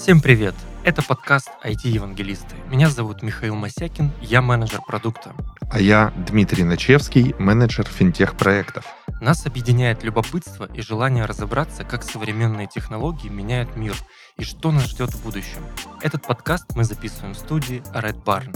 Всем привет! Это подкаст IT-евангелисты. Меня зовут Михаил Мосякин, я менеджер продукта. А я Дмитрий Начевский, менеджер финтех-проектов. Нас объединяет любопытство и желание разобраться, как современные технологии меняют мир и что нас ждет в будущем. Этот подкаст мы записываем в студии Red Barn.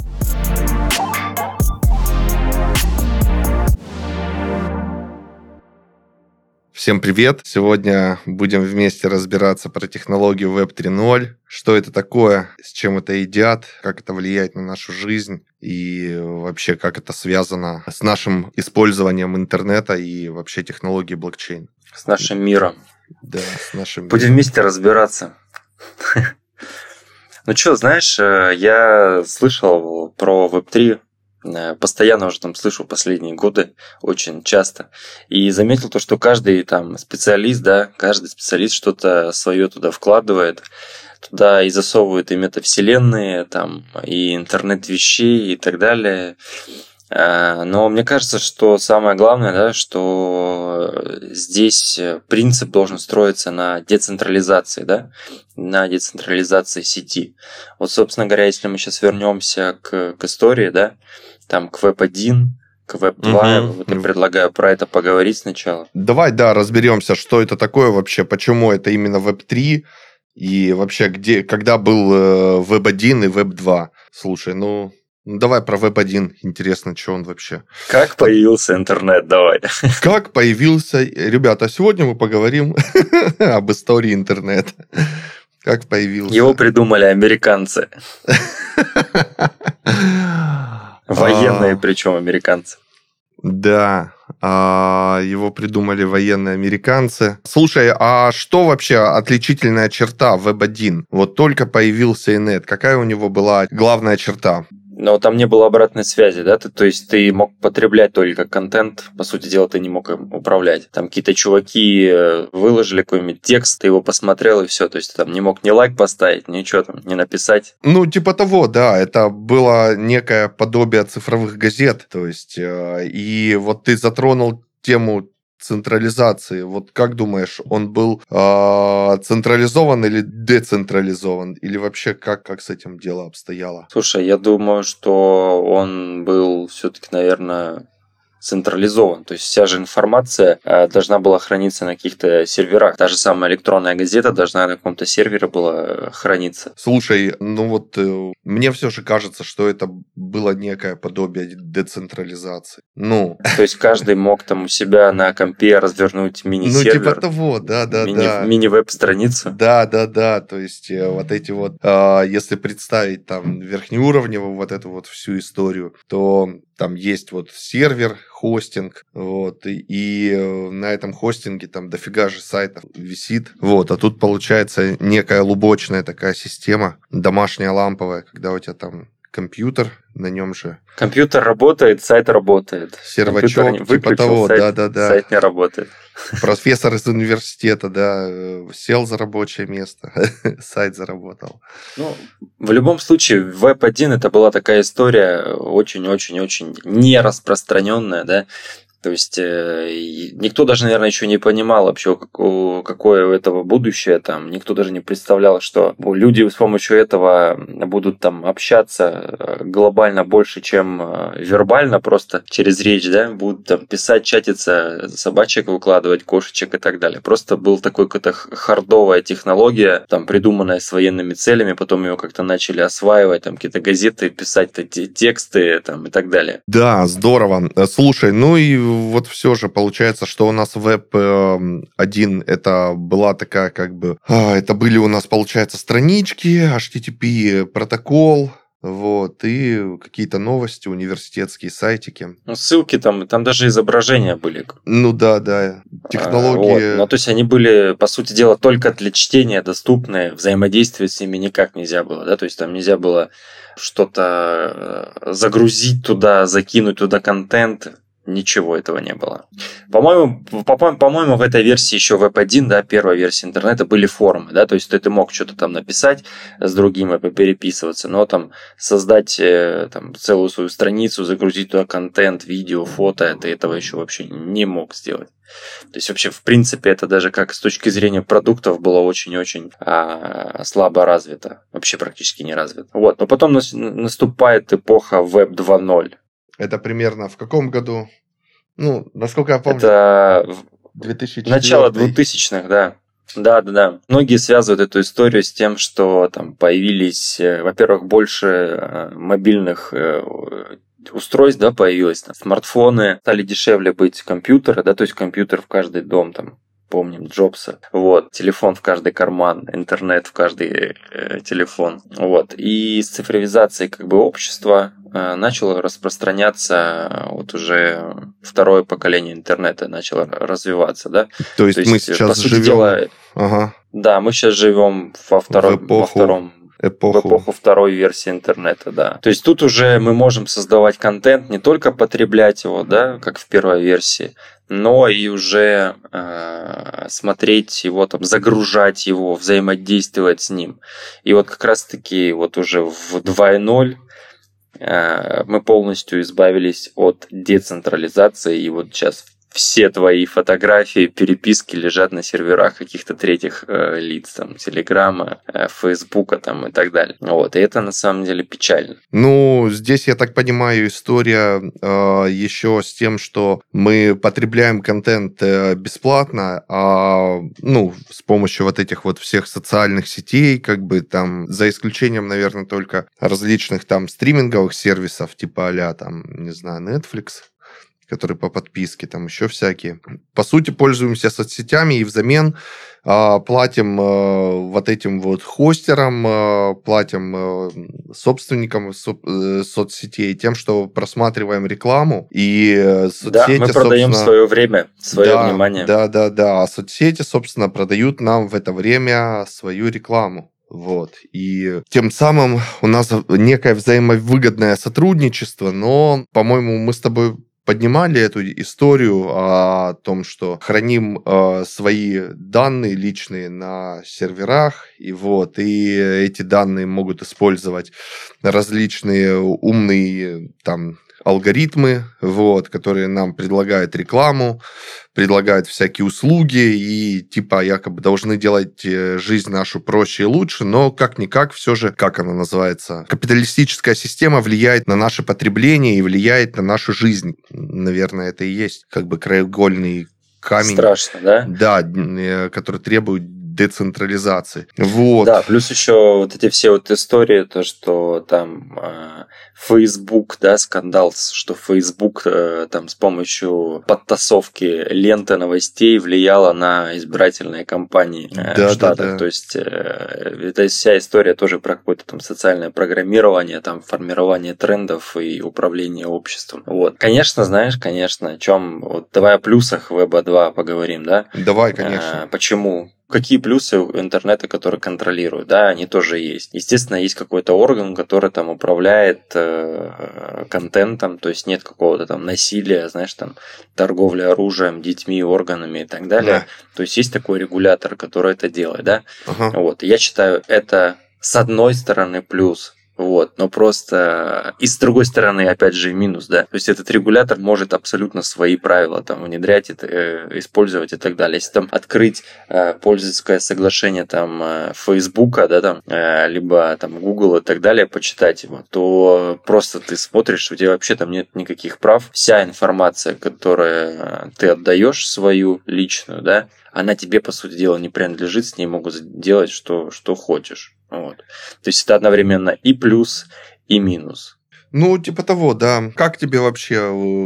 Всем привет! Сегодня будем вместе разбираться про технологию Web 3.0, что это такое, с чем это едят, как это влияет на нашу жизнь и вообще как это связано с нашим использованием интернета и вообще технологии блокчейн. С нашим миром. Да, с нашим Будем миром. вместе разбираться. Ну что, знаешь, я слышал про Web 3. Постоянно уже там слышу последние годы, очень часто. И заметил то, что каждый там специалист, каждый специалист что-то свое туда вкладывает. Туда и засовывают и метавселенные, там, и интернет вещей и так далее. Но мне кажется, что самое главное, что здесь принцип должен строиться на децентрализации, на децентрализации сети. Вот, собственно говоря, если мы сейчас вернемся к истории, там к Web 1, к Web 2, я предлагаю про это поговорить сначала. Давай, разберемся, что это такое вообще, почему это именно Web 3 и вообще когда был Web 1 и Web 2. Слушай, давай про Web 1. Интересно, что он вообще. Как появился интернет, давай. Как появился... Ребята, сегодня мы поговорим об истории интернета. Как появился... Его придумали американцы. Военные, причем американцы. Да, его придумали военные американцы. Слушай, а что вообще отличительная черта Web 1? Вот только появился инет. Какая у него была главная черта? Но там не было обратной связи, то есть ты мог потреблять только контент, по сути дела ты не мог им управлять. Там какие-то чуваки выложили какой-нибудь текст, ты его посмотрел и все, то есть ты там не мог ни лайк поставить, ничего там не написать. Типа того, это было некое подобие цифровых газет, то есть и вот ты затронул тему централизации. Вот как думаешь, он был централизован или децентрализован? Или вообще как с этим дело обстояло? Слушай, я думаю, что он был все-таки, наверное, централизован. То есть вся же информация должна была храниться на каких-то серверах. Та же самая электронная газета должна на каком-то сервере была храниться. Слушай, мне все же кажется, что это было некое подобие децентрализации. То есть каждый мог там у себя на компе развернуть мини-сервер. Типа того, да. Мини-веб-страницу. Да. То есть вот эти вот, если представить там верхнеуровневую вот эту вот всю историю, то там есть вот сервер, хостинг, и на этом хостинге там дофига же сайтов висит, а тут получается некая лубочная такая система, домашняя ламповая, когда у тебя там компьютер, на нем же... Компьютер работает, сайт работает. Сервачок, типа того, да. Сайт не работает. Профессор из университета, сел за рабочее место, сайт заработал. В любом случае, Web 1 это была такая история очень-очень-очень не распространенная, То есть никто даже, наверное, еще не понимал вообще, какое у этого будущее. Там никто даже не представлял, что люди с помощью этого будут там общаться глобально больше, чем вербально, просто через речь, будут там писать, чатиться, собачек выкладывать, кошечек и так далее. Просто был такой какая-то хардовая технология, там придуманная с военными целями, потом ее как-то начали осваивать, там какие-то газеты, писать тексты там, и так далее. Да, здорово. Слушай, и вот все же получается, что у нас Web 1 это была такая это были у нас, получается, странички, HTTP протокол, и какие-то новости, университетские сайтики. Ссылки там даже изображения были. Да. Технологии... То есть они были, по сути дела, только для чтения доступны, взаимодействие с ними никак нельзя было, то есть там нельзя было что-то загрузить туда, закинуть туда контент. Ничего этого не было. По-моему, в этой версии еще Web 1, да, первая версия интернета, были форумы, да, то есть ты мог что-то там написать с другим и попереписываться, но там создать там целую свою страницу, загрузить туда контент, видео, фото, ты этого еще вообще не мог сделать. То есть вообще, в принципе, это даже как с точки зрения продуктов было очень-очень слабо развито, вообще практически не развито. Вот, но потом наступает эпоха Web 2.0. Это примерно в каком году? Ну, насколько я помню. Это 2004. Начало 2000-х, да. Да. Многие связывают эту историю с тем, что там появились, во-первых, больше мобильных устройств, да, появилось. Смартфоны стали дешевле быть компьютеры, да, то есть компьютер в каждый дом, там, помним Джобса. Вот, телефон в каждый карман, интернет в каждый телефон. Вот. И с цифровизацией как бы общества начало распространяться вот уже второе поколение интернета начало развиваться, да. То есть мы сейчас живем... Да, мы сейчас живем в эпоху второй версии интернета, да. То есть тут уже мы можем создавать контент, не только потреблять его, да, как в первой версии, но и уже смотреть его, там, загружать его, взаимодействовать с ним. И вот как раз-таки вот уже в 2.0 мы полностью избавились от децентрализации, и вот сейчас все твои фотографии, переписки лежат на серверах каких-то третьих лиц, там, Телеграма, Фейсбука там, и так далее. Вот, и это на самом деле печально. Ну, здесь, я так понимаю, история еще с тем, что мы потребляем контент бесплатно, ну, с помощью вот этих вот всех социальных сетей, как бы там, за исключением, наверное, только различных там стриминговых сервисов, типа а-ля, там, не знаю, Netflix, которые по подписке, там еще всякие. По сути, пользуемся соцсетями и взамен платим вот этим вот хостерам, платим собственникам соцсетей тем, что просматриваем рекламу. И соцсети, да, мы продаем свое время, свое внимание. Да. А соцсети, собственно, продают нам в это время свою рекламу. Вот. И тем самым у нас некое взаимовыгодное сотрудничество, но, по-моему, мы с тобой поднимали эту историю о том, что храним свои данные личные на серверах, и эти данные могут использовать различные умные там алгоритмы, которые нам предлагают рекламу, предлагают всякие услуги и типа якобы должны делать жизнь нашу проще и лучше, но как-никак все же, как она называется, капиталистическая система влияет на наше потребление и влияет на нашу жизнь. Наверное, это и есть как бы краеугольный камень. Страшно, да? Да, который требует децентрализации. Вот. Да, плюс еще вот эти все вот истории, то, что там Facebook, да, скандал, что Facebook там с помощью подтасовки ленты новостей влияла на избирательные кампании в Штатах. Да. То есть эта вся история тоже про какое-то там социальное программирование, там формирование трендов и управление обществом. Вот. Конечно, знаешь, о чем... Вот давай о плюсах Web 2 поговорим, да? Давай, конечно. Почему? Какие плюсы у интернета, который контролирует? Да, они тоже есть. Естественно, есть какой-то орган, который там управляет контентом, то есть нет какого-то там насилия, знаешь, там торговли оружием, детьми, органами и так далее. Да. То есть есть такой регулятор, который это делает, да? Ага. Вот. Я считаю, это с одной стороны плюс. Вот, но просто и с другой стороны, опять же, минус, да. То есть этот регулятор может абсолютно свои правила там внедрять, использовать и так далее. Если там открыть пользовательское соглашение там Фейсбука, да, там, либо там Google и так далее, почитать его, то просто ты смотришь, у тебя вообще там нет никаких прав. Вся информация, которую ты отдаешь свою личную, да, она тебе, по сути дела, не принадлежит, с ней могут делать, что хочешь. Вот. То есть это одновременно и плюс, и минус. Ну, типа того, да. Как тебе вообще,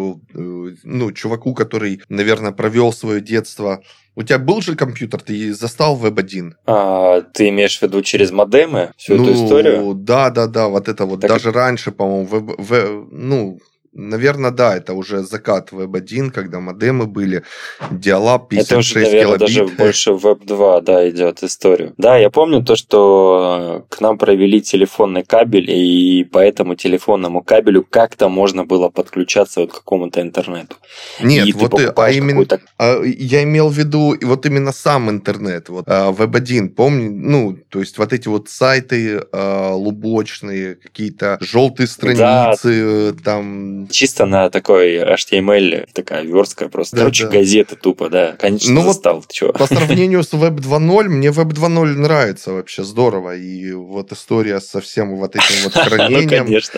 чуваку, который, наверное, провел свое детство... У тебя был же компьютер, ты застал Web 1? Ты имеешь в виду через модемы всю эту историю? Да, вот это вот. Так... Даже раньше, по-моему, наверное, да, это уже закат Web1, когда модемы были, диалаб, Это уже, 56 наверное, килобит. даже больше Web 2, да, идет историю. Да, я помню то, что к нам провели телефонный кабель, и по этому телефонному кабелю как-то можно было подключаться вот к какому-то интернету. Нет, И ты вот покупаешь какую-то... я имел в виду вот именно сам интернет, вот Web1, помню, ну, то есть вот эти вот сайты лубочные, какие-то желтые страницы, там... Чисто на такой HTML, такая верстка просто. Да, Короче, да. газеты тупо, да. Конечно, Ну вот застал, ты чего? по сравнению с Web 2.0, мне Web 2.0 нравится вообще, здорово. И вот история со всем вот этим вот Ну, хранением. конечно.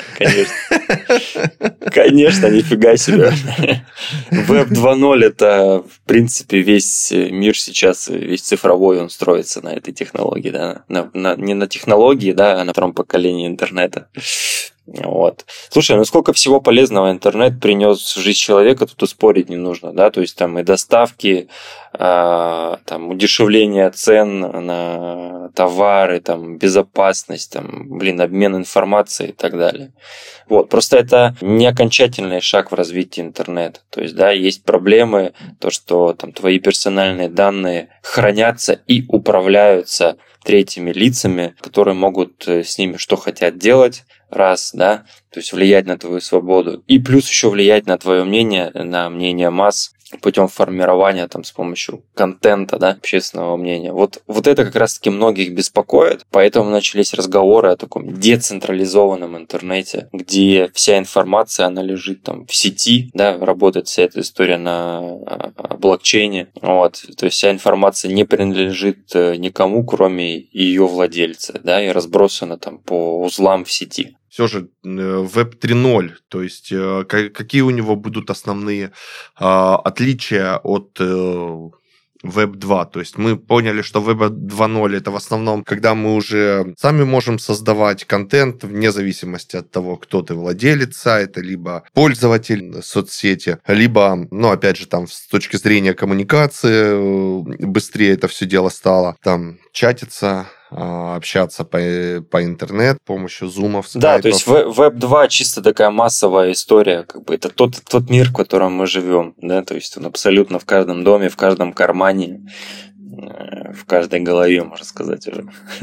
Конечно, нифига себе. Web 2.0 это, в принципе, весь мир сейчас, весь цифровой, он строится на этой технологии, да. Не на технологии, да, а на втором поколении интернета. Вот. Слушай, ну сколько всего полезного интернет принес в жизнь человека, тут и спорить не нужно, да, то есть там и доставки, там удешевление цен на товары, там безопасность, там, обмен информацией и так далее. Вот, просто это не окончательный шаг в развитии интернета. То есть, да, есть проблемы, то, что там твои персональные данные хранятся и управляются третьими лицами, которые могут с ними что хотят делать, раз, да, то есть влиять на твою свободу, и плюс еще влиять на твое мнение, на мнение масс путем формирования там с помощью контента, да, общественного мнения. Вот это как раз-таки многих беспокоит, поэтому начались разговоры о таком децентрализованном интернете, где вся информация, она лежит там в сети, да, работает вся эта история на блокчейне, вот, то есть вся информация не принадлежит никому, кроме ее владельца, да, и разбросана там по узлам в сети. Все же Web 3.0, то есть какие у него будут основные отличия от Web 2. То есть мы поняли, что Web 2.0 это в основном, когда мы уже сами можем создавать контент вне зависимости от того, кто ты, владелец сайта, либо пользователь соцсети, либо, ну, опять же, там с точки зрения коммуникации быстрее это все дело стало, там чатиться, общаться по интернету с помощью зумов, скайпов. Да, то есть Web 2 чисто такая массовая история, как бы это тот мир, в котором мы живем, да, то есть он абсолютно в каждом доме, в каждом кармане, в каждой голове, можно сказать уже.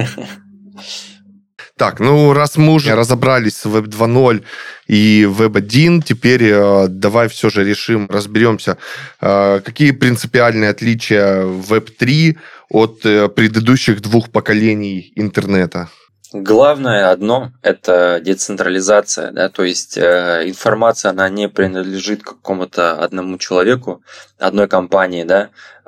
Так, ну раз мы уже разобрались с Web 2.0 и Web 1, теперь давай все же разберемся, какие принципиальные отличия Web 3 от предыдущих двух поколений интернета. Главное одно – это децентрализация, да, то есть информация, она не принадлежит какому-то одному человеку, одной компании, да,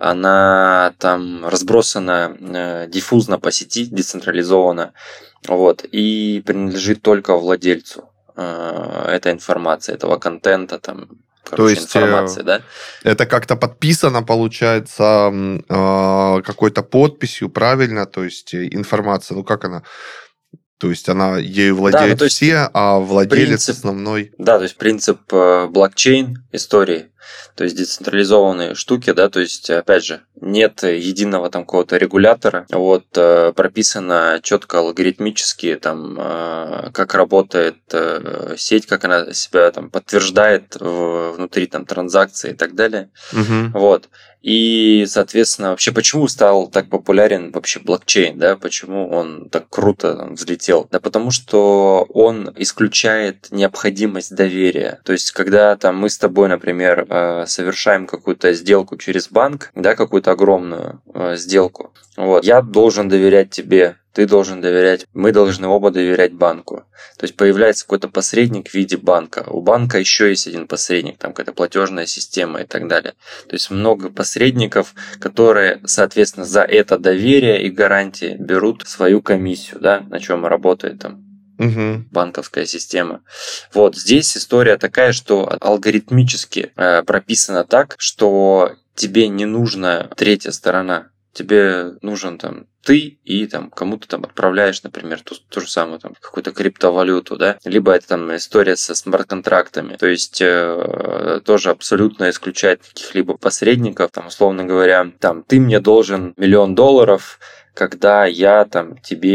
она там разбросана диффузно по сети, децентрализована, вот, и принадлежит только владельцу этой информации, этого контента, там, то есть информации, да? Это как-то подписано, получается, какой-то подписью, правильно? То есть информация, ну как она? То есть она ею владеют все, а владелец основной... Да, то есть принцип блокчейн истории, то есть децентрализованные штуки, да, то есть, опять же, нет единого там какого-то регулятора, вот, прописано четко алгоритмически, там, как работает сеть, как она себя там подтверждает внутри там транзакций и так далее, вот. И, соответственно, вообще, почему стал так популярен вообще блокчейн, да, почему он так круто там взлетел? Да потому что он исключает необходимость доверия. То есть, когда там мы с тобой, например, совершаем какую-то сделку через банк, да, какую-то огромную сделку, вот, я должен доверять тебе, ты должен доверять, мы должны оба доверять банку. То есть появляется какой-то посредник в виде банка. У банка еще есть один посредник, там какая-то платежная система и так далее. То есть много посредников, которые, соответственно, за это доверие и гарантии берут свою комиссию, да, на чем работает там банковская система. Вот здесь история такая, что алгоритмически прописано так, что тебе не нужна третья сторона. Тебе нужен там ты и там кому-то там отправляешь, например, ту же самую там какую-то криптовалюту, да, либо это там история со смарт-контрактами, то есть тоже абсолютно исключает каких-либо посредников, там, условно говоря, там, ты мне должен $1 000 000, когда я там тебе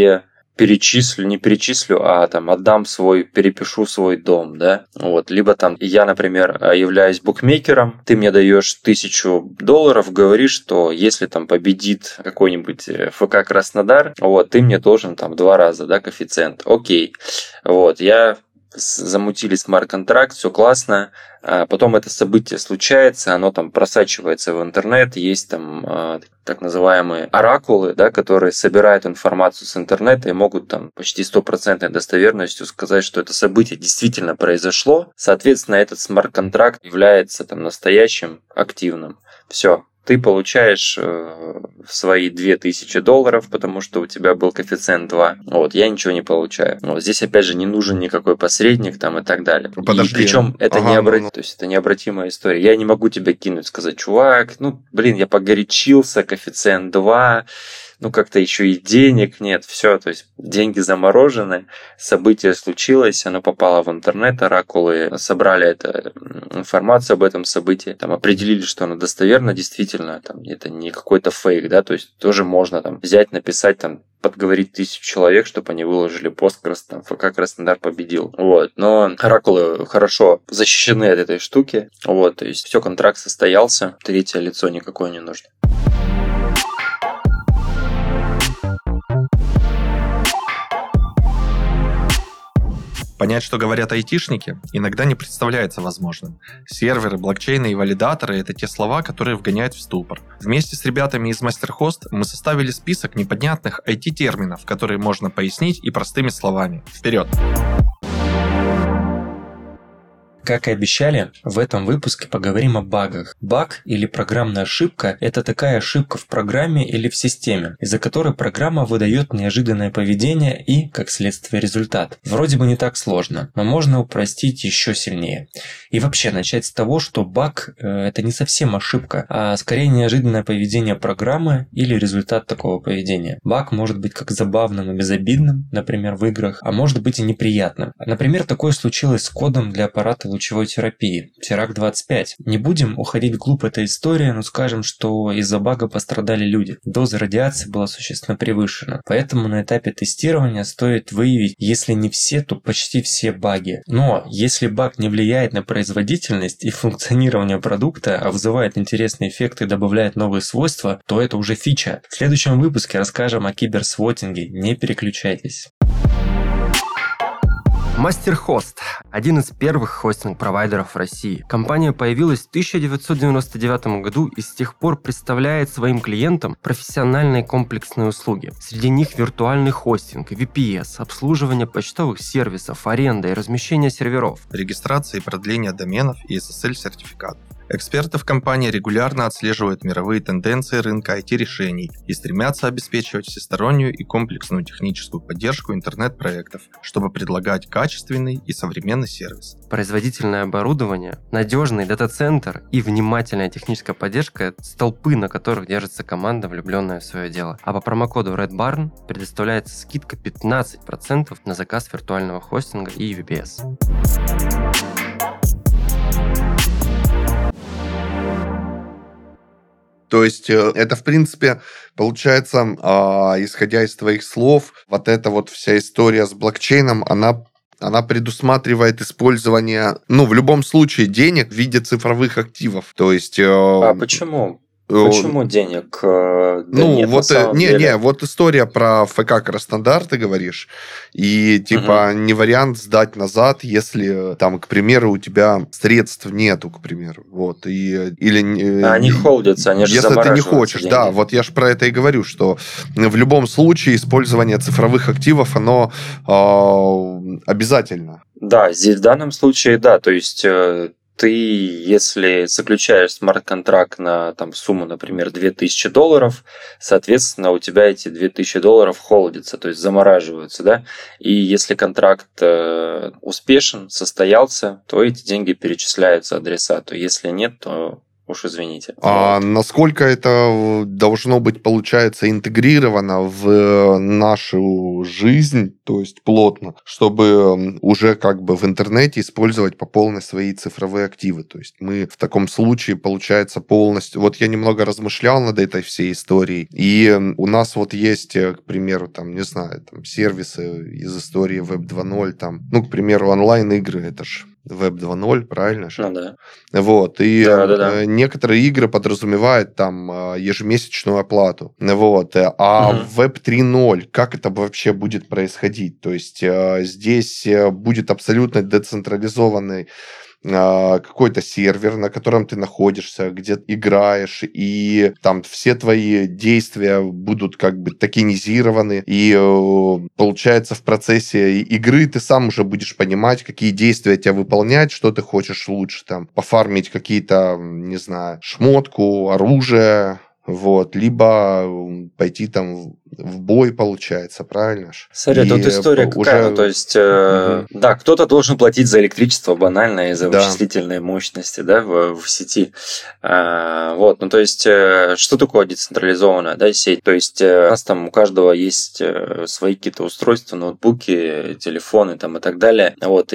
не перечислю, а там перепишу свой дом, да, вот, либо там я, например, являюсь букмекером, ты мне даешь $1000, говоришь, что если там победит какой-нибудь ФК Краснодар, вот, ты мне должен там 2 раза, да, коэффициент, окей, вот, замутили смарт-контракт, все классно, а потом это событие случается, оно там просачивается в интернет, есть там так называемые оракулы, да, которые собирают информацию с интернета и могут там почти 100% достоверностью сказать, что это событие действительно произошло, соответственно, этот смарт-контракт является там настоящим, активным. Все. Ты получаешь свои $2000, потому что у тебя был коэффициент 2. Вот, я ничего не получаю. Вот, здесь, опять же, не нужен никакой посредник там, и так далее. Подожди. И причем это то есть это необратимая история. Я не могу тебя кинуть, сказать, чувак, я погорячился, коэффициент 2, как-то еще и денег нет, все, то есть деньги заморожены, событие случилось, оно попало в интернет, оракулы собрали информацию об этом событии, там определили, что оно достоверно, действительно, там это не какой-то фейк, да, то есть тоже можно там взять, написать, там подговорить 1000 человек, чтобы они выложили пост, там, ФК Краснодар победил. Вот. Но оракулы хорошо защищены от этой штуки. Вот. То есть все, контракт состоялся, третье лицо никакое не нужно. Понять, что говорят айтишники, иногда не представляется возможным. Серверы, блокчейны и валидаторы – это те слова, которые вгоняют в ступор. Вместе с ребятами из MasterHost мы составили список непонятных IT-терминов, которые можно пояснить и простыми словами. Вперед! Как и обещали, в этом выпуске поговорим о багах. Баг или программная ошибка – это такая ошибка в программе или в системе, из-за которой программа выдает неожиданное поведение и, как следствие, результат. Вроде бы не так сложно, но можно упростить еще сильнее. И вообще начать с того, что баг – это не совсем ошибка, а скорее неожиданное поведение программы или результат такого поведения. Баг может быть как забавным и безобидным, например, в играх, а может быть и неприятным. Например, такое случилось с кодом для аппарата лучевой терапии Tirac-25. Не будем уходить вглубь этой истории, но скажем, что из-за бага пострадали люди. Доза радиации была существенно превышена. Поэтому на этапе тестирования стоит выявить, если не все, то почти все баги. Но если баг не влияет на производительность и функционирование продукта, а вызывает интересные эффекты и добавляет новые свойства, то это уже фича. В следующем выпуске расскажем о киберсвотинге. Не переключайтесь. MasterHost – один из первых хостинг-провайдеров в России. Компания появилась в 1999 году и с тех пор представляет своим клиентам профессиональные комплексные услуги. Среди них виртуальный хостинг, VPS, обслуживание почтовых сервисов, аренда и размещение серверов, регистрация и продление доменов и SSL-сертификатов. Эксперты в компании регулярно отслеживают мировые тенденции рынка IT-решений и стремятся обеспечивать всестороннюю и комплексную техническую поддержку интернет-проектов, чтобы предлагать качественный и современный сервис. Производительное оборудование, надежный дата-центр и внимательная техническая поддержка – это столпы, на которых держится команда, влюбленная в свое дело. А по промокоду RedBarn предоставляется скидка 15% на заказ виртуального хостинга и VPS. То есть это, в принципе, получается, исходя из твоих слов, вот эта вот вся история с блокчейном, она предусматривает использование, в любом случае, денег в виде цифровых активов. То есть... А почему? Почему денег? Вот история про ФК Краснодар, ты говоришь, и не вариант сдать назад, если там, к примеру, у тебя средств нету, к примеру, вот, они холдятся, они же если ты не хочешь, деньги. да, вот я же про это и говорю, что в любом случае использование цифровых активов, оно обязательно. Да, здесь в данном случае, да, то есть... Ты, если заключаешь смарт-контракт на сумму, например, $2000, соответственно, у тебя эти $2000 холдятся, то есть замораживаются, да, и если контракт успешен, состоялся, то эти деньги перечисляются адресату, если нет, то Уж извините. А насколько это должно быть, получается, интегрировано в нашу жизнь, то есть плотно, чтобы уже как бы в интернете использовать по полной свои цифровые активы. То есть мы в таком случае, получается, полностью... Вот я немного размышлял над этой всей историей, и у нас вот есть, к примеру, там, не знаю, там, сервисы из истории Web 2.0, там, ну, к примеру, онлайн-игры, это ж Web 2.0, правильно же? Ну да. Вот, и Да. некоторые игры подразумевают там ежемесячную оплату. Вот, а в Web 3.0 как это вообще будет происходить? То есть здесь будет абсолютно децентрализованный какой-то сервер, на котором ты находишься, где играешь, и там все твои действия будут как бы токенизированы, и получается в процессе игры ты сам уже будешь понимать, какие действия тебя выполнять, что ты хочешь лучше, там, пофармить какие-то, не знаю, шмотку, оружие, вот, либо пойти там в бой, получается, правильно ж? Смотри, тут история какая, ну, то есть, да, кто-то должен платить за электричество банально и за вычислительные мощности, да, в сети. Вот, ну, то есть, что такое децентрализованная, да, сеть? То есть, у нас там у каждого есть свои какие-то устройства, ноутбуки, телефоны там и так далее. Вот,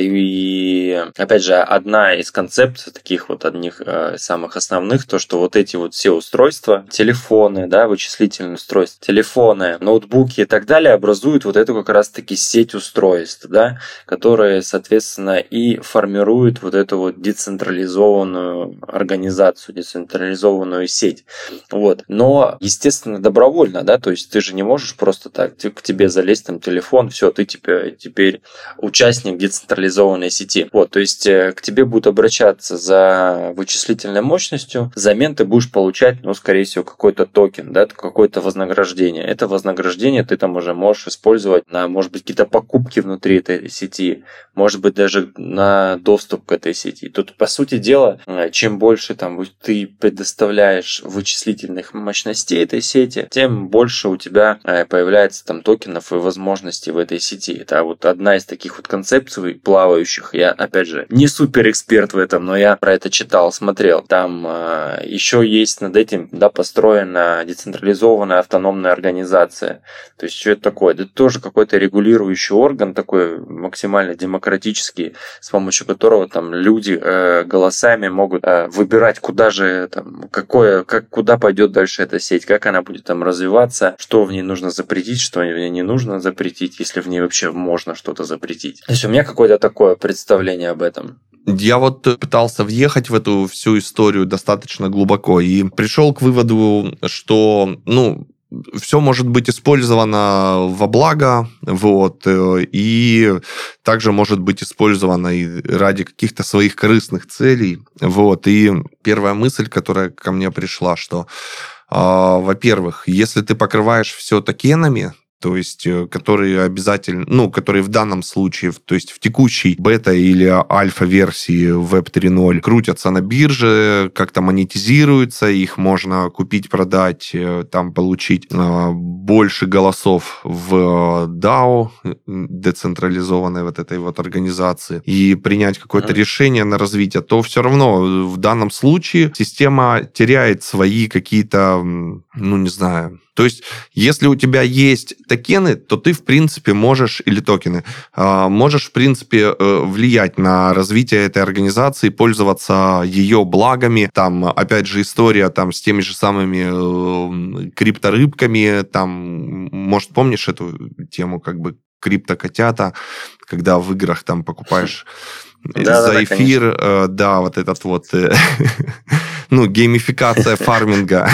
и опять же, одна из концепций, таких вот одних самых основных, то, что вот эти вот все устройства, телефоны, да, вычислительные устройства, телефоны, ноутбуки и так далее образуют вот эту как раз-таки сеть устройств, да, которые, соответственно, и формируют вот эту вот децентрализованную организацию, децентрализованную сеть. Вот. Но, естественно, добровольно, да, то есть ты же не можешь просто так к тебе залезть там телефон, все, ты теперь участник децентрализованной сети. Вот, то есть к тебе будут обращаться за вычислительной мощностью, взамен ты будешь получать, ну, скорее всего, какой-то токен, да, какое-то вознаграждение. Это вознаграждение ты там уже можешь использовать на, может быть, какие-то покупки внутри этой сети, может быть, даже на доступ к этой сети. Тут, по сути дела, чем больше там ты предоставляешь вычислительных мощностей этой сети, тем больше у тебя появляется там токенов и возможностей в этой сети. Это вот одна из таких вот концепций плавающих. Я, опять же, не супер эксперт в этом, но я про это читал, смотрел. Там еще есть над этим, да, построена децентрализованная автономная организация. То есть, что это такое? Это тоже какой-то регулирующий орган, такой максимально демократический, с помощью которого там люди голосами могут выбирать, куда же там, куда пойдет дальше эта сеть, как она будет там развиваться, что в ней нужно запретить, что в ней не нужно запретить, если в ней вообще можно что-то запретить. То есть, у меня какое-то такое представление об этом. Я вот пытался въехать в эту всю историю достаточно глубоко и пришел к выводу, что, ну, все может быть использовано во благо, вот, и также может быть использовано и ради каких-то своих корыстных целей, вот. И первая мысль, которая ко мне пришла, что, во-первых, если ты покрываешь все токенами, то есть, которые обязательно, ну, которые в данном случае, то есть в текущей бета или альфа-версии Web 3.0 крутятся на бирже, как-то монетизируются, их можно купить, продать, там получить больше голосов в DAO, децентрализованной вот этой вот организации, и принять какое-то решение на развитие, то все равно в данном случае система теряет свои какие-то, ну, не знаю. То есть, если у тебя есть токены, то ты, в принципе, можешь, или токены, можешь, в принципе, влиять на развитие этой организации, пользоваться ее благами. Там, опять же, история там с теми же самыми крипторыбками. Там, может, помнишь эту тему, как бы, криптокотята, когда в играх там покупаешь за эфир, да, вот этот вот, ну, геймификация фарминга.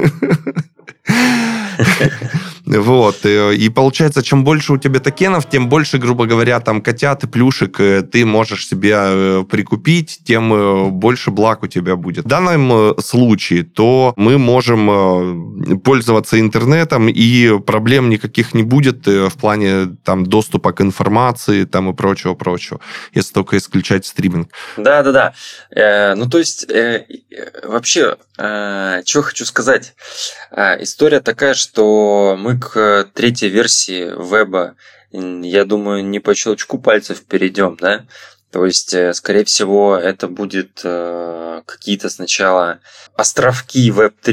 Вот, и получается, чем больше у тебя токенов, тем больше, грубо говоря, там котят и плюшек ты можешь себе прикупить, тем больше благ у тебя будет. В данном случае, то мы можем пользоваться интернетом, и проблем никаких не будет в плане там доступа к информации там и прочего, если только исключать стриминг. Да. Ну, то есть, вообще, что хочу сказать. История такая, что мы к третьей версии веба, я думаю, не по щелчку пальцев перейдем, да? То есть, скорее всего, это будет какие-то сначала островки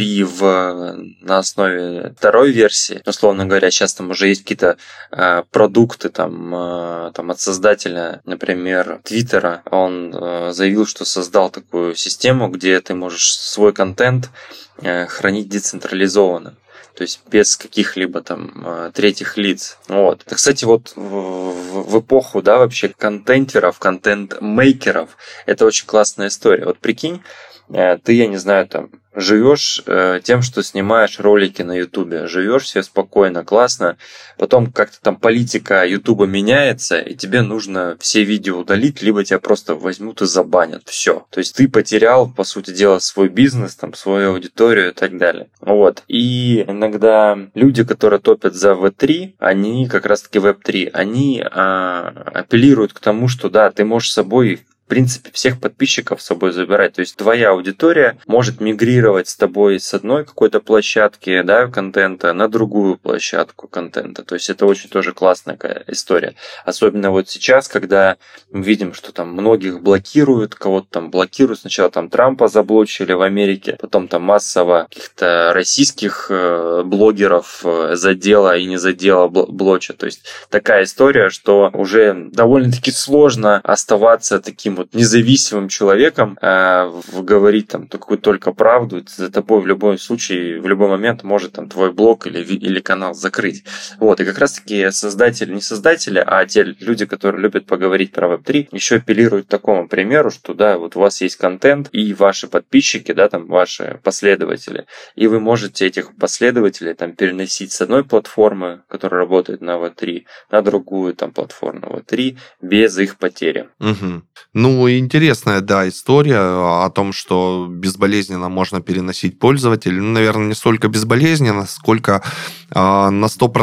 Web3 на основе второй версии. Условно говоря, сейчас там уже есть какие-то продукты там от создателя, например, Твиттера. Он заявил, что создал такую систему, где ты можешь свой контент хранить децентрализованно. То есть без каких-либо там третьих лиц. Вот. Это, кстати, вот в эпоху, да, вообще контентеров, контент-мейкеров, это очень классная история. Вот прикинь, ты, я не знаю, там, живешь тем, что снимаешь ролики на Ютубе, живешь все спокойно, классно, потом как-то там политика Ютуба меняется, и тебе нужно все видео удалить, либо тебя просто возьмут и забанят, все. То есть ты потерял, по сути дела, свой бизнес, там, свою аудиторию и так далее. Вот. И иногда люди, которые топят за V3, они как раз-таки Web3, они апеллируют к тому, что да, ты можешь с собой в принципе, всех подписчиков с собой забирать. То есть твоя аудитория может мигрировать с тобой с одной какой-то площадки, да, контента на другую площадку контента. То есть это очень тоже классная история. Особенно вот сейчас, когда мы видим, что там многих блокируют, кого-то там блокируют. Сначала там Трампа заблочили в Америке, потом там массово каких-то российских блогеров задела и не задела блочат. То есть такая история, что уже довольно-таки сложно оставаться таким вот независимым человеком, говорить там только правду, за тобой в любом случае, в любой момент может там твой блог или канал закрыть. Вот, и как раз-таки не создатели, а те люди, которые любят поговорить про Web3, еще апеллируют к такому примеру, что да, вот у вас есть контент, и ваши подписчики, да, там ваши последователи, и вы можете этих последователей там переносить с одной платформы, которая работает на Web3, на другую там платформу Web3 без их потери. Угу. Ну, интересная, да, история о том, что безболезненно можно переносить пользователей. Ну, наверное, не столько безболезненно, сколько на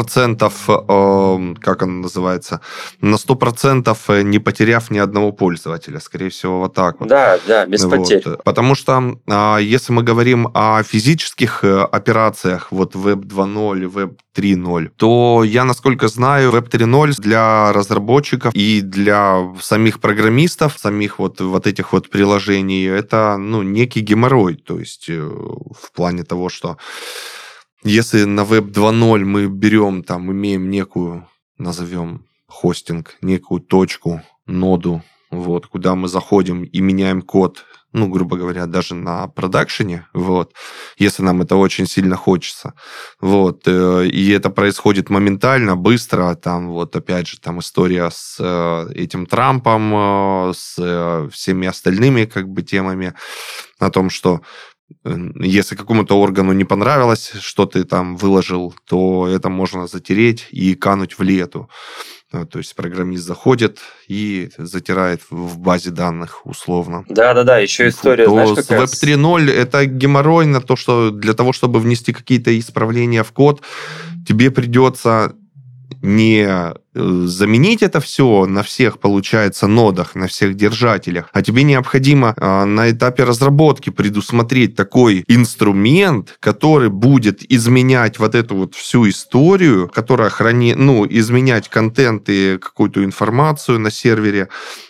100%, как он называется, на 100% не потеряв ни одного пользователя. Скорее всего, вот так вот. Да, без потерь. Потому что если мы говорим о физических операциях, вот Web 2.0, Web 3.0, то я, насколько знаю, Web 3.0 для разработчиков и для самих программистов, самих вот этих вот приложений, это, ну, некий геморрой. То есть в плане того, что если на Web 2.0 мы берем, там, имеем некую, назовем, хостинг, некую точку, ноду, вот, куда мы заходим и меняем код, ну, грубо говоря, даже на продакшене, вот, если нам это очень сильно хочется, вот, и это происходит моментально, быстро, там, вот, опять же, там история с этим Трампом, с всеми остальными, как бы, темами о том, что если какому-то органу не понравилось, что ты там выложил, то это можно затереть и кануть в лету. То есть программист заходит и затирает в базе данных условно. Да, еще история, знаешь, какая? Web 3.0 это геморрой на то, что для того, чтобы внести какие-то исправления в код, тебе придется не заменить это все на всех, получается, нодах, на всех держателях, а тебе необходимо на этапе разработки предусмотреть такой инструмент, который будет изменять вот эту вот всю историю, которая изменять контент и какую-то информацию на сервере,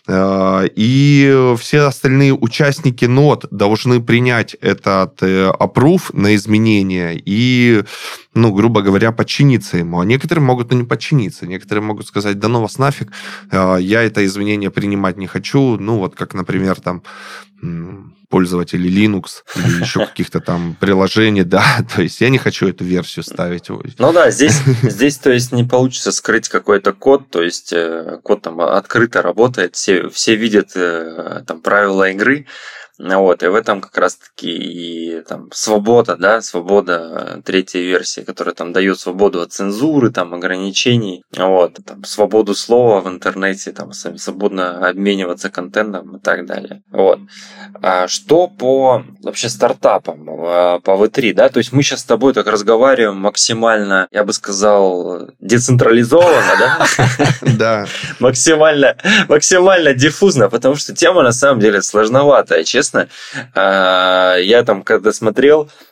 и все остальные участники нод должны принять этот approve на изменения и, ну, грубо говоря, подчиниться ему. А некоторые могут и не подчиниться, некоторые могут сказать, да ну вас нафиг, я это изменение принимать не хочу, ну вот как, например, там пользователи Linux или еще каких-то там приложений, да, то есть я не хочу эту версию ставить. Ну да, здесь то есть не получится скрыть какой-то код, то есть код там открыто работает, все видят там правила игры. Вот, и в этом как раз-таки и там свобода третьей версии, которая там дает свободу от цензуры, там ограничений, вот, там свободу слова в интернете, там свободно обмениваться контентом и так далее. Вот. А что по вообще стартапам, по V3, да, то есть мы сейчас с тобой так разговариваем максимально, я бы сказал, децентрализованно, да? Да. Максимально диффузно, потому что тема на самом деле сложноватая, честно. Я там, когда смотрел,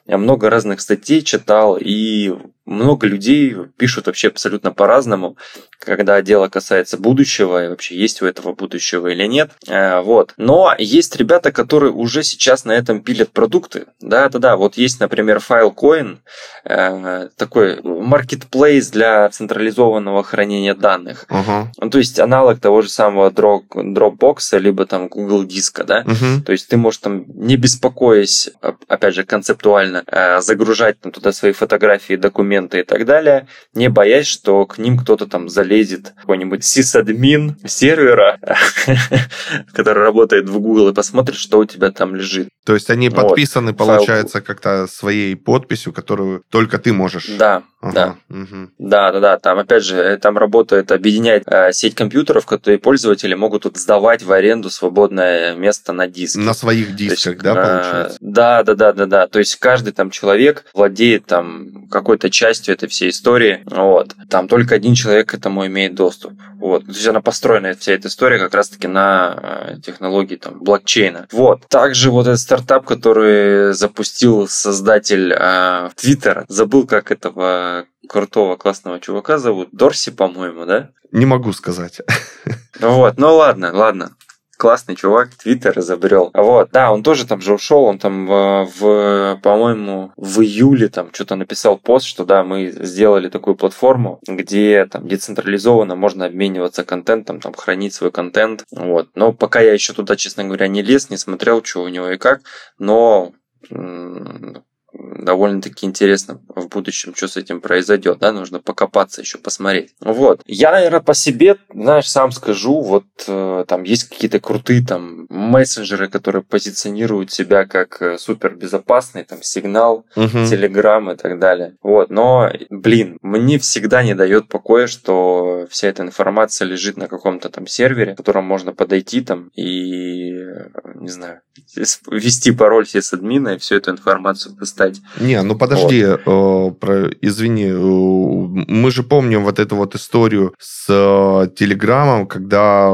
я много разных статей читал, и много людей пишут вообще абсолютно по-разному, когда дело касается будущего, и вообще есть у этого будущего или нет. Вот. Но есть ребята, которые уже сейчас на этом пилят продукты. Да-да-да, вот есть, например, Filecoin, такой marketplace для централизованного хранения данных. Ну, то есть аналог того же самого Dropbox, либо там Google Диска, да? То есть ты можешь там, не беспокоясь, опять же, концептуально, загружать там туда свои фотографии, документы и так далее, не боясь, что к ним кто-то там залезет, какой-нибудь сисадмин сервера, который работает в Google, и посмотрит, что у тебя там лежит. То есть они подписаны, получается, как-то своей подписью, которую только ты можешь. Да, да. Да. Там, опять же, там работает, объединяет сеть компьютеров, которые пользователи могут сдавать в аренду свободное место на диске. На своих дисках, да, получается? Да. То есть каждый там человек владеет там какой-то частью этой всей истории. Вот. Там только один человек к этому имеет доступ. Вот. То есть она построена, вся эта история, как раз-таки на технологии там, блокчейна. Вот. Также вот этот стартап, который запустил создатель Твиттера, забыл, как этого крутого, классного чувака зовут, Дорси, по-моему, да? Не могу сказать. Вот, ну ладно. Классный чувак, Твиттер изобрел. Вот, да, он тоже там же ушел, он там по-моему, в июле там что-то написал пост, что да, мы сделали такую платформу, где там децентрализованно можно обмениваться контентом, там хранить свой контент. Вот. Но пока я еще туда, честно говоря, не лез, не смотрел, что у него и как, но довольно-таки интересно в будущем, что с этим произойдет, да, нужно покопаться еще, посмотреть. Вот. Я, наверное, по себе, знаешь, сам скажу, вот там есть какие-то крутые там мессенджеры, которые позиционируют себя как супер безопасный, там, Сигнал, Телеграм и так далее. Вот, но, мне всегда не дает покоя, что вся эта информация лежит на каком-то там сервере, к которому можно подойти там и, не знаю, ввести пароль сисадмина и всю эту информацию достать. Не, ну подожди, извини, мы же помним вот эту вот историю с Телеграмом, когда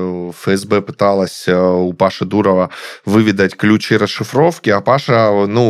ФСБ пыталась у Паши Дурова выведать ключи расшифровки, а Паша,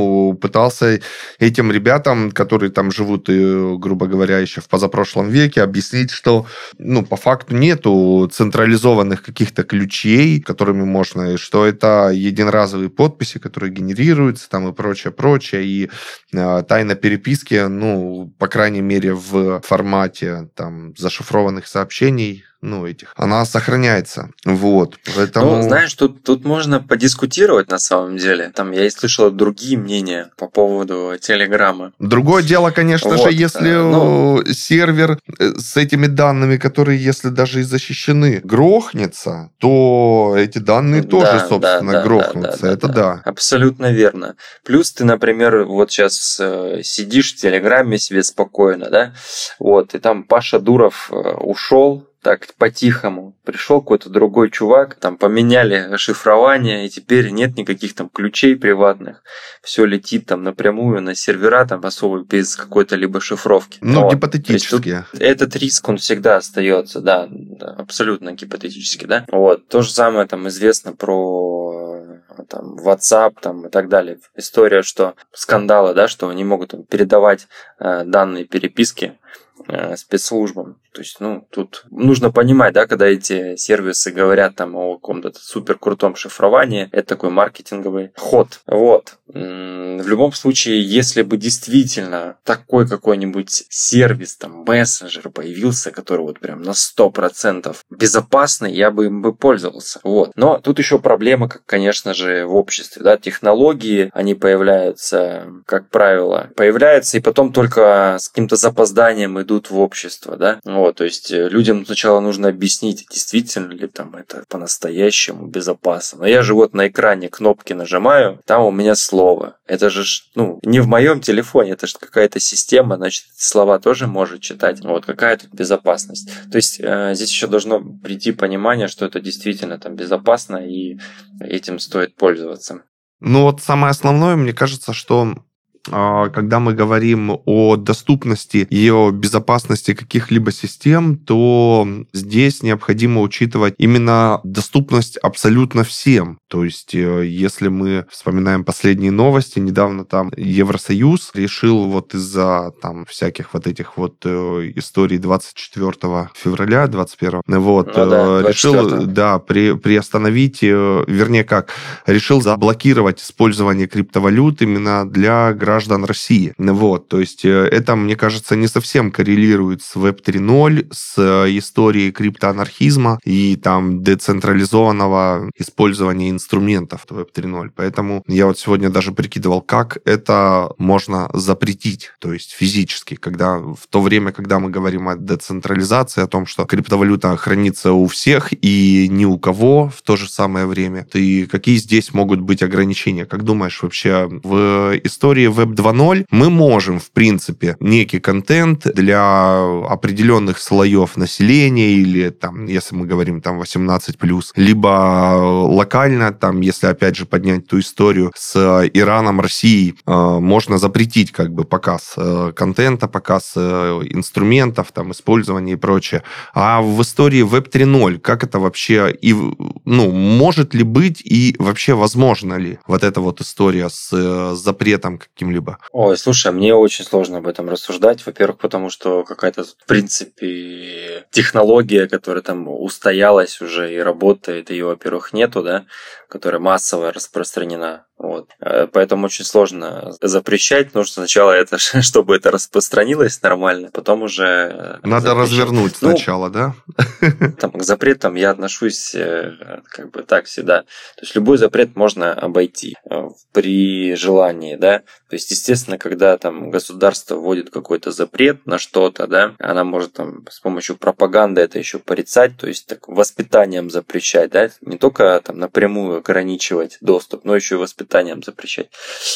пытался этим ребятам, которые там живут, грубо говоря, еще в позапрошлом веке, объяснить, что, по факту нету централизованных каких-то ключей, которыми можно, что это единоразовые подписи, которые генерируются там и прочее, и тайна переписки, по крайней мере, в формате там зашифрованных сообщений, она сохраняется. Вот. Поэтому... знаешь, тут можно подискутировать на самом деле. Там я и слышал другие мнения по поводу Телеграма. Другое дело, конечно же, если сервер с этими данными, которые, если даже и защищены, грохнется, то эти данные тоже, собственно, грохнутся. Да. Абсолютно верно. Плюс ты, например, вот сейчас сидишь в Телеграме себе спокойно, да, вот, и там Паша Дуров ушел, так по-тихому. Пришел какой-то другой чувак, там поменяли шифрование, и теперь нет никаких там ключей приватных. Все летит там напрямую на сервера, там особо без какой-то либо шифровки. Гипотетически. Этот риск, он всегда остается, да, абсолютно гипотетически, да. Вот. То же самое там известно про там, WhatsApp там, и так далее. История, что скандалы, да, что они могут там, передавать данные переписки спецслужбам. То есть, тут нужно понимать, да, когда эти сервисы говорят там о каком-то супер крутом шифровании, это такой маркетинговый ход. Вот. В любом случае, если бы действительно такой какой-нибудь сервис, там, мессенджер появился, который вот прям на 100% безопасный, я бы им пользовался. Вот. Но тут еще проблема, конечно же, в обществе, да, технологии, они появляются, как правило, и потом только с каким-то запозданием идут в общество, да. Вот, то есть людям сначала нужно объяснить, действительно ли там это по-настоящему безопасно. Но я же вот на экране кнопки нажимаю, там у меня слово. Это же, не в моем телефоне, это же какая-то система, значит, слова тоже может читать. Вот, какая тут безопасность. То есть здесь еще должно прийти понимание, что это действительно там безопасно, и этим стоит пользоваться. Самое основное, мне кажется, что когда мы говорим о доступности и о безопасности каких-либо систем, то здесь необходимо учитывать именно доступность абсолютно всем. То есть, если мы вспоминаем последние новости, недавно там Евросоюз решил вот из-за там всяких вот этих вот историй 24 февраля 21 решил приостановить, вернее как, решил заблокировать использование криптовалют именно для граждан России. То есть это, мне кажется, не совсем коррелирует с Web 3.0, с историей криптоанархизма и там децентрализованного использования инструментов Web 3.0. Поэтому я вот сегодня даже прикидывал, как это можно запретить, то есть физически, когда в то время, когда мы говорим о децентрализации, о том, что криптовалюта хранится у всех и ни у кого в то же самое время, и какие здесь могут быть ограничения? Как думаешь, вообще в истории Web 2.0 мы можем, в принципе, некий контент для определенных слоев населения или, там, если мы говорим там 18+, либо локально, там, если опять же поднять ту историю с Ираном, Россией, можно запретить как бы показ контента, показ инструментов, там, использование и прочее. А в истории Web 3.0 как это вообще и, может ли быть и вообще возможно ли вот эта вот история с запретом каким-либо? Ой, слушай, мне очень сложно об этом рассуждать. Во-первых, потому что какая-то, в принципе, технология, которая там устоялась уже и работает, ее, во-первых, нету, да, которая массово распространена. Поэтому очень сложно запрещать. Нужно сначала это, чтобы это распространилось нормально, потом уже... Надо развернуть сначала, да? К запретам я отношусь как бы так всегда. То есть любой запрет можно обойти при желании, да. То есть, естественно, когда там государство вводит какой-то запрет на что-то, да, она может там с помощью пропаганды это еще порицать, то есть так, воспитанием запрещать, да, не только там напрямую ограничивать доступ, но еще и воспитанием запрещать.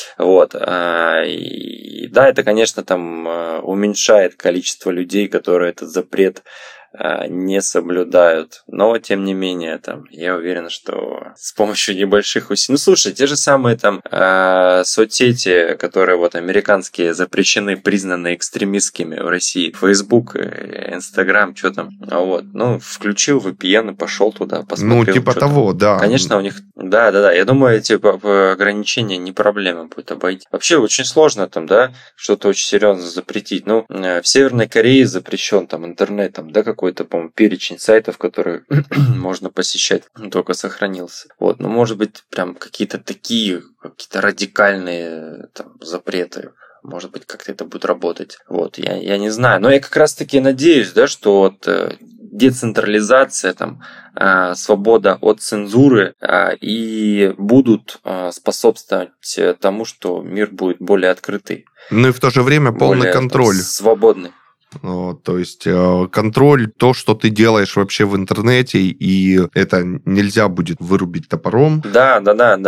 И да, это, конечно, там уменьшает количество людей, которые этот запрет не соблюдают. Но, тем не менее, там, я уверен, что с помощью небольших усилий... Слушай, те же самые там соцсети, которые вот американские запрещены, признаны экстремистскими в России. Facebook, Instagram, что там. Включил VPN и пошел туда, посмотрел. Типа того, да. Конечно, у них... Да. Я думаю, эти ограничения не проблема будет обойти. Вообще, очень сложно там, да, что-то очень серьезно запретить. В Северной Корее запрещен там интернет, там, да, какой-то, по-моему, перечень сайтов, которые можно посещать, только сохранился. Может быть, прям какие-то такие, какие-то радикальные там запреты. Может быть, как-то это будет работать. Я не знаю. Но я как раз-таки надеюсь, да, что децентрализация, там, свобода от цензуры и будут способствовать тому, что мир будет более открытый. И в то же время полный контроль. Свободный. То есть контроль, то, что ты делаешь вообще в интернете, и это нельзя будет вырубить топором. Да.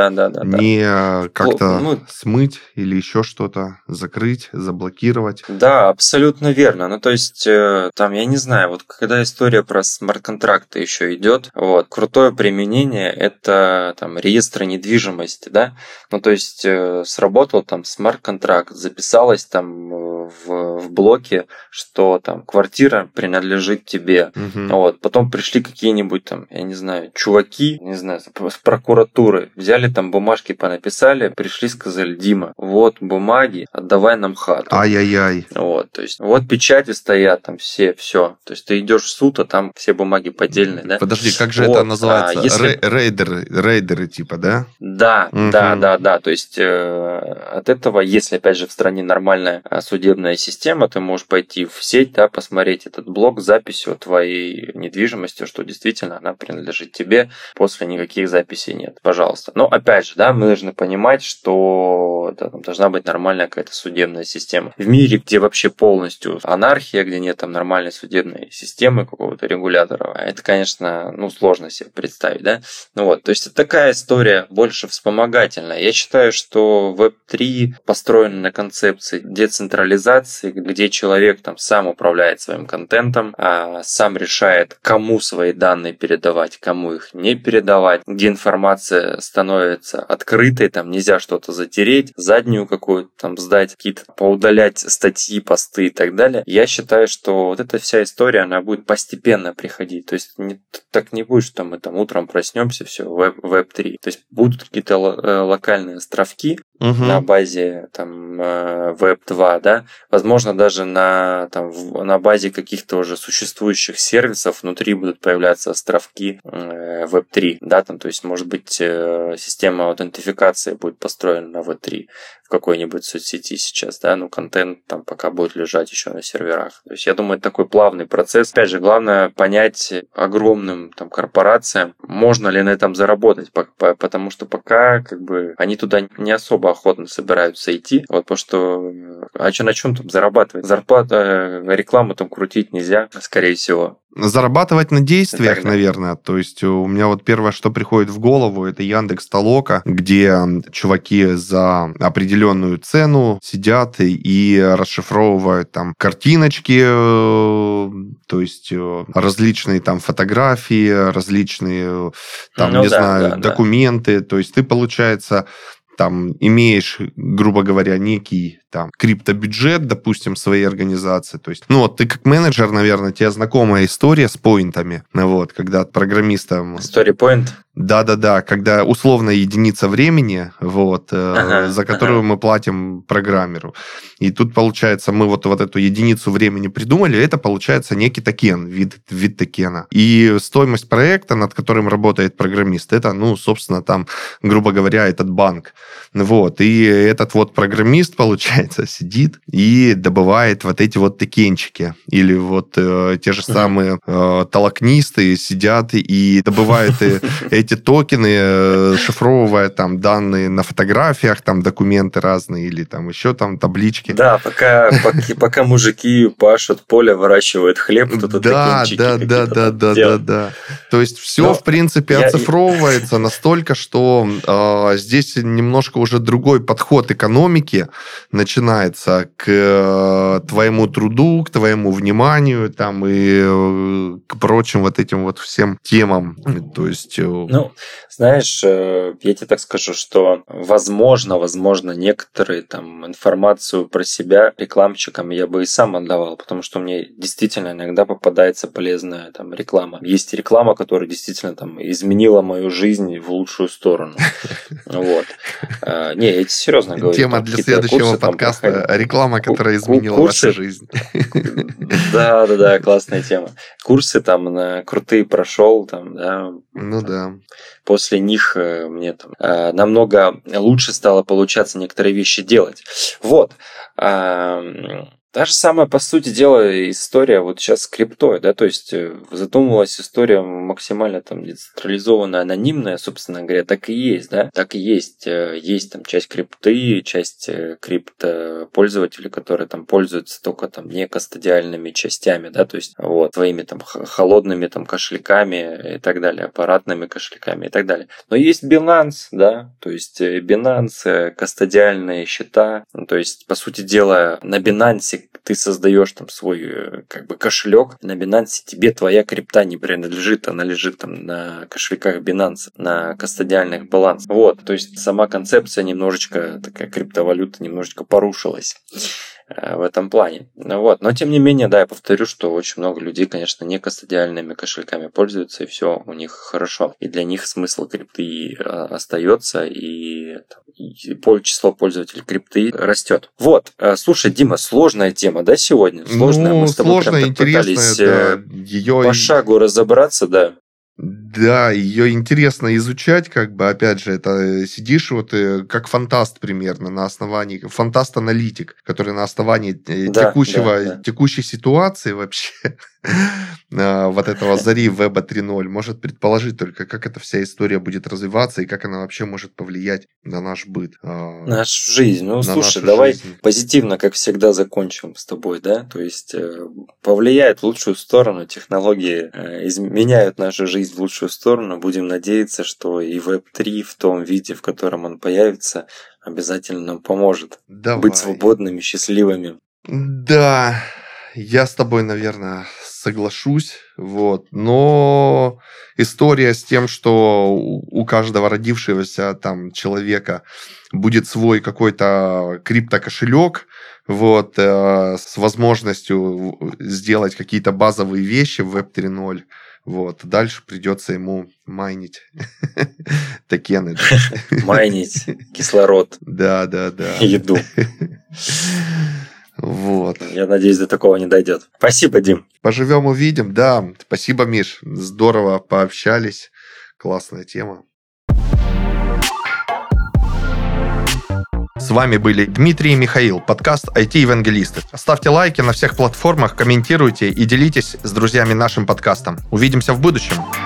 Не как-то смыть или еще что-то, закрыть, заблокировать. Да, абсолютно верно. То есть, там, я не знаю, когда история про смарт-контракты еще идет, крутое применение это там реестр недвижимости, да. То есть, сработал там смарт-контракт, записалось там в блоке, что там квартира принадлежит тебе. Потом пришли какие-нибудь там, я не знаю, чуваки, не знаю, с прокуратуры, взяли там бумажки, понаписали, пришли, сказали: Дима, вот бумаги, отдавай нам хату. Ай-яй-яй. То есть, печати стоят там все. То есть, ты идешь в суд, а там все бумаги поддельные, да? Подожди, как же это называется? Рейдеры типа, да? Да. То есть, от этого, если, опять же, в стране нормальная судебная система, ты можешь пойти в сеть, да, посмотреть этот блок с записью твоей недвижимости, что действительно она принадлежит тебе, после никаких записей нет, пожалуйста. Но опять же, да, мы должны понимать, что там должна быть нормальная какая-то судебная система. В мире, где вообще полностью анархия, где нет там нормальной судебной системы, какого-то регулятора, это, конечно, сложно себе представить, да. То есть это такая история больше вспомогательная. Я считаю, что Web 3 построена на концепции децентрализации, децентрализации, где человек там сам управляет своим контентом, сам решает, кому свои данные передавать, кому их не передавать, где информация становится открытой, там нельзя что-то затереть, заднюю какую-то там сдать, какие-то поудалять статьи, посты и так далее. Я считаю, что вот эта вся история, она будет постепенно приходить. То есть так не будет, что мы там утром проснемся, все, Web3. То есть будут какие-то локальные островки на базе там Web2, да, возможно, даже на базе каких-то уже существующих сервисов внутри будут появляться островки Web3, да, там, то есть, может быть, система аутентификации будет построена на Web3 в какой-нибудь соцсети сейчас, да, но контент там пока будет лежать еще на серверах. То есть, я думаю, это такой плавный процесс. Опять же, главное понять огромным там корпорациям, можно ли на этом заработать, потому что пока как бы они туда не особо охотно собираются идти, вот, потому что на чем там зарабатывать? Зарплата, рекламу там крутить нельзя, скорее всего. Зарабатывать на действиях, наверное. То есть у меня вот первое, что приходит в голову, это Яндекс.Толока, где чуваки за определенную цену сидят и расшифровывают там картиночки, то есть различные там фотографии, различные там, документы. То есть ты, получается, там имеешь, грубо говоря, некий там криптобюджет, допустим, своей организации. То есть, вот ты как менеджер, наверное, тебе знакомая история с поинтами. Вот, когда от программиста... Story point? Да, когда условная единица времени, вот, за которую мы платим программеру. И тут, получается, мы вот эту единицу времени придумали, это, получается, некий токен, вид токена. И стоимость проекта, над которым работает программист, это, собственно, там, грубо говоря, этот банк. Вот, и этот вот программист, получается, сидит и добывает вот эти вот токенчики. Или вот те же самые толокнисты сидят и добывают эти токены, шифровывая там данные на фотографиях, там документы разные или там еще там таблички. Да, пока мужики пашут поле, выращивают хлеб, кто-то токенчики Да. То есть все, в принципе, оцифровывается настолько, что здесь немножко уже другой подход экономики начинается к твоему труду, к твоему вниманию там и к прочим вот этим вот всем темам. То есть... знаешь, я тебе так скажу, что возможно, некоторые там информацию про себя рекламщикам я бы и сам отдавал, потому что мне действительно иногда попадается полезная там реклама. Есть реклама, которая действительно там изменила мою жизнь в лучшую сторону. Вот. Не, я тебе серьезно говорю. Тема для следующего подкаста. Реклама, которая изменила вашу жизнь. Да, классная тема. Курсы там на крутые прошел, там, да. Да. После них мне там намного лучше стало получаться некоторые вещи делать. Вот. Та же самая, по сути дела, история вот сейчас с криптой, да, то есть задумывалась история максимально там децентрализованная, анонимная, собственно говоря, так и есть, да, так и есть. Есть там часть крипты, часть криптопользователей, которые там пользуются только там некастодиальными частями, да, то есть вот своими там холодными там кошельками и так далее, аппаратными кошельками и так далее. Но есть Binance, да, то есть Binance, кастодиальные счета, то есть, по сути дела, на Binance ты создаешь там свой как бы кошелек, на Binance тебе твоя крипта не принадлежит, она лежит там на кошельках Binance, на кастодиальных балансах. Вот, то есть сама концепция немножечко, такая криптовалюта немножечко порушилась в этом плане. Вот. Но, тем не менее, да, я повторю, что очень много людей, конечно, не кастодиальными кошельками пользуются, и все у них хорошо. И для них смысл крипты остается, и число пользователей крипты растет. Вот. Слушай, Дима, сложная тема, да, сегодня? Сложная. Мы с тобой сложная, прям пытались Ее... по шагу разобраться, да. Да, ее интересно изучать, как бы, опять же, это сидишь вот как фантаст примерно на основании, фантаст-аналитик, который на основании текущей ситуации вообще вот этого зари веба 3.0 может предположить только, как эта вся история будет развиваться и как она вообще может повлиять на наш быт. Нашу жизнь. Ну, слушай, давай позитивно, как всегда, закончим с тобой, да? То есть повлияет в лучшую сторону, технологии изменяют нашу жизнь в лучшую сторону. Будем надеяться, что и Web3 в том виде, в котором он появится, обязательно нам поможет быть свободными, счастливыми. Да, я с тобой, наверное, соглашусь, вот, но история с тем, что у каждого родившегося там человека будет свой какой-то криптокошелек, вот, с возможностью сделать какие-то базовые вещи в Web 3.0, вот, дальше придется ему майнить токены. Майнить кислород. Да. Еду. Вот. Я надеюсь, до такого не дойдет. Спасибо, Дим. Поживем, увидим. Да, спасибо, Миш. Здорово пообщались. Классная тема. С вами были Дмитрий и Михаил, подкаст IT-евангелисты. Ставьте лайки на всех платформах, комментируйте и делитесь с друзьями нашим подкастом. Увидимся в будущем.